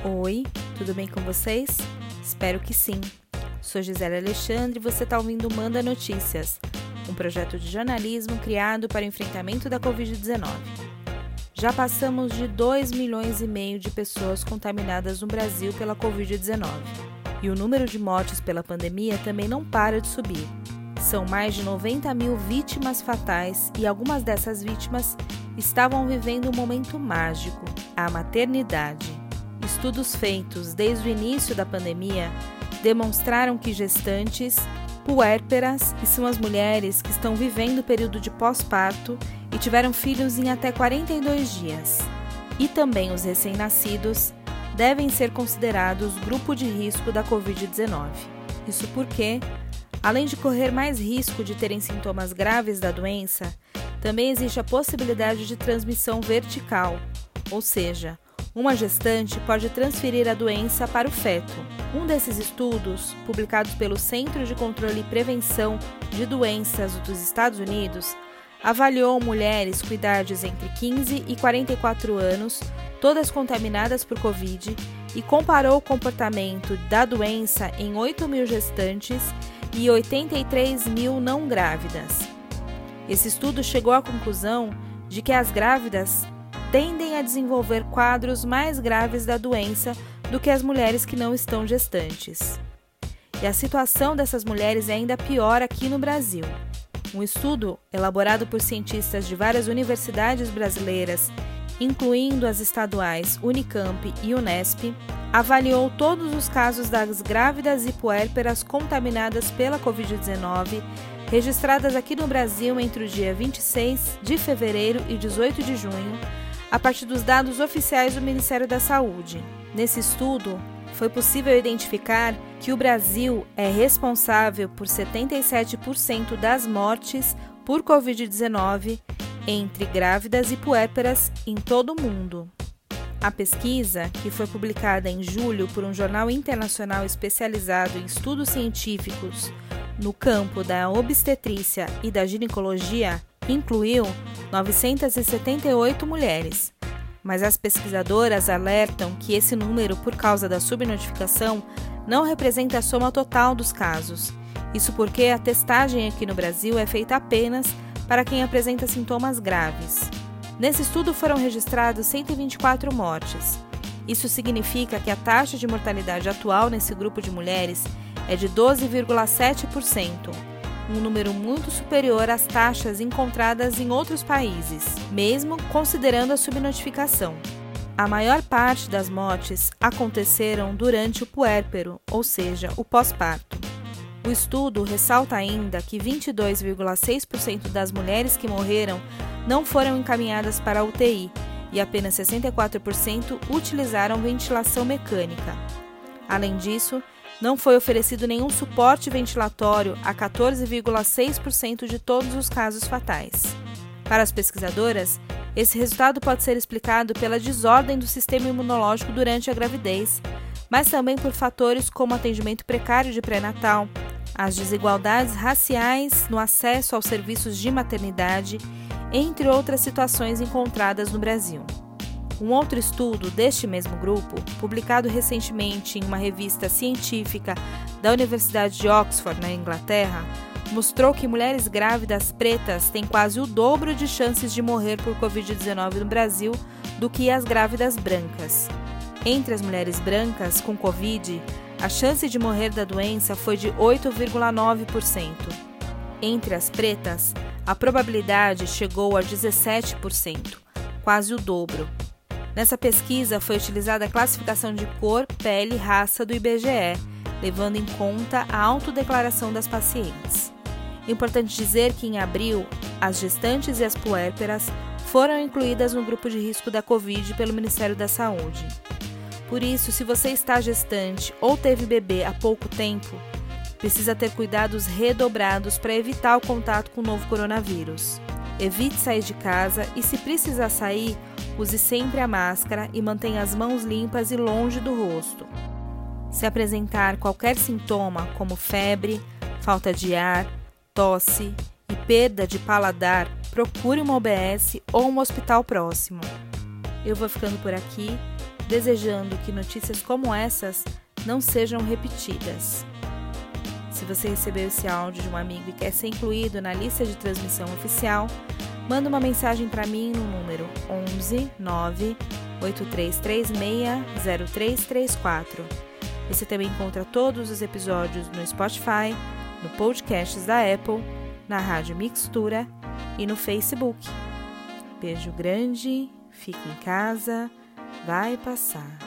Oi, tudo bem com vocês? Espero que sim. Sou Gisele Alexandre e você está ouvindo Manda Notícias, um projeto de jornalismo criado para o enfrentamento da Covid-19. Já passamos de 2,5 milhões de pessoas contaminadas no Brasil pela Covid-19 e o número de mortes pela pandemia também não para de subir. São mais de 90 mil vítimas fatais e algumas dessas vítimas estavam vivendo um momento mágico, a maternidade. Estudos feitos desde o início da pandemia demonstraram que gestantes, puérperas, que são as mulheres que estão vivendo o período de pós-parto e tiveram filhos em até 42 dias, e também os recém-nascidos, devem ser considerados grupo de risco da Covid-19. Isso porque, além de correr mais risco de terem sintomas graves da doença, também existe a possibilidade de transmissão vertical, ou seja, uma gestante pode transferir a doença para o feto. Um desses estudos, publicado pelo Centro de Controle e Prevenção de Doenças dos Estados Unidos, avaliou mulheres com idades entre 15 e 44 anos, todas contaminadas por Covid, e comparou o comportamento da doença em 8 mil gestantes e 83 mil não grávidas. Esse estudo chegou à conclusão de que as grávidas tendem a desenvolver quadros mais graves da doença do que as mulheres que não estão gestantes. E a situação dessas mulheres é ainda pior aqui no Brasil. Um estudo elaborado por cientistas de várias universidades brasileiras, incluindo as estaduais Unicamp e Unesp, avaliou todos os casos das grávidas e puérperas contaminadas pela Covid-19 registradas aqui no Brasil entre o dia 26 de fevereiro e 18 de junho, a partir dos dados oficiais do Ministério da Saúde. Nesse estudo, foi possível identificar que o Brasil é responsável por 77% das mortes por Covid-19 entre grávidas e puérperas em todo o mundo. A pesquisa, que foi publicada em julho por um jornal internacional especializado em estudos científicos no campo da obstetrícia e da ginecologia, incluiu 978 mulheres. Mas as pesquisadoras alertam que esse número, por causa da subnotificação, não representa a soma total dos casos. Isso porque a testagem aqui no Brasil é feita apenas para quem apresenta sintomas graves. Nesse estudo foram registrados 124 mortes. Isso significa que a taxa de mortalidade atual nesse grupo de mulheres é de 12,7%, um número muito superior às taxas encontradas em outros países, mesmo considerando a subnotificação. A maior parte das mortes aconteceram durante o puérpero, ou seja, o pós-parto. O estudo ressalta ainda que 22,6% das mulheres que morreram não foram encaminhadas para a UTI e apenas 64% utilizaram ventilação mecânica. Além disso, não foi oferecido nenhum suporte ventilatório a 14,6% de todos os casos fatais. Para as pesquisadoras, esse resultado pode ser explicado pela desordem do sistema imunológico durante a gravidez, mas também por fatores como atendimento precário de pré-natal, as desigualdades raciais no acesso aos serviços de maternidade, entre outras situações encontradas no Brasil. Um outro estudo deste mesmo grupo, publicado recentemente em uma revista científica da Universidade de Oxford, na Inglaterra, mostrou que mulheres grávidas pretas têm quase o dobro de chances de morrer por Covid-19 no Brasil do que as grávidas brancas. Entre as mulheres brancas com Covid, a chance de morrer da doença foi de 8,9%. Entre as pretas, a probabilidade chegou a 17%, quase o dobro. Nessa pesquisa foi utilizada a classificação de cor, pele e raça do IBGE, levando em conta a autodeclaração das pacientes. É importante dizer que em abril, as gestantes e as puérperas foram incluídas no grupo de risco da Covid pelo Ministério da Saúde. Por isso, se você está gestante ou teve bebê há pouco tempo, precisa ter cuidados redobrados para evitar o contato com o novo coronavírus. Evite sair de casa e, se precisar sair, use sempre a máscara e mantenha as mãos limpas e longe do rosto. Se apresentar qualquer sintoma, como febre, falta de ar, tosse e perda de paladar, procure uma OBS ou um hospital próximo. Eu vou ficando por aqui. desejando que notícias como essas não sejam repetidas. Se você recebeu esse áudio de um amigo e quer ser incluído na lista de transmissão oficial, manda uma mensagem para mim no número 11 9 8336 0334. Você também encontra todos os episódios no Spotify, no Podcasts da Apple, na Rádio Mixtura e no Facebook. Beijo grande, fique em casa, vai passar.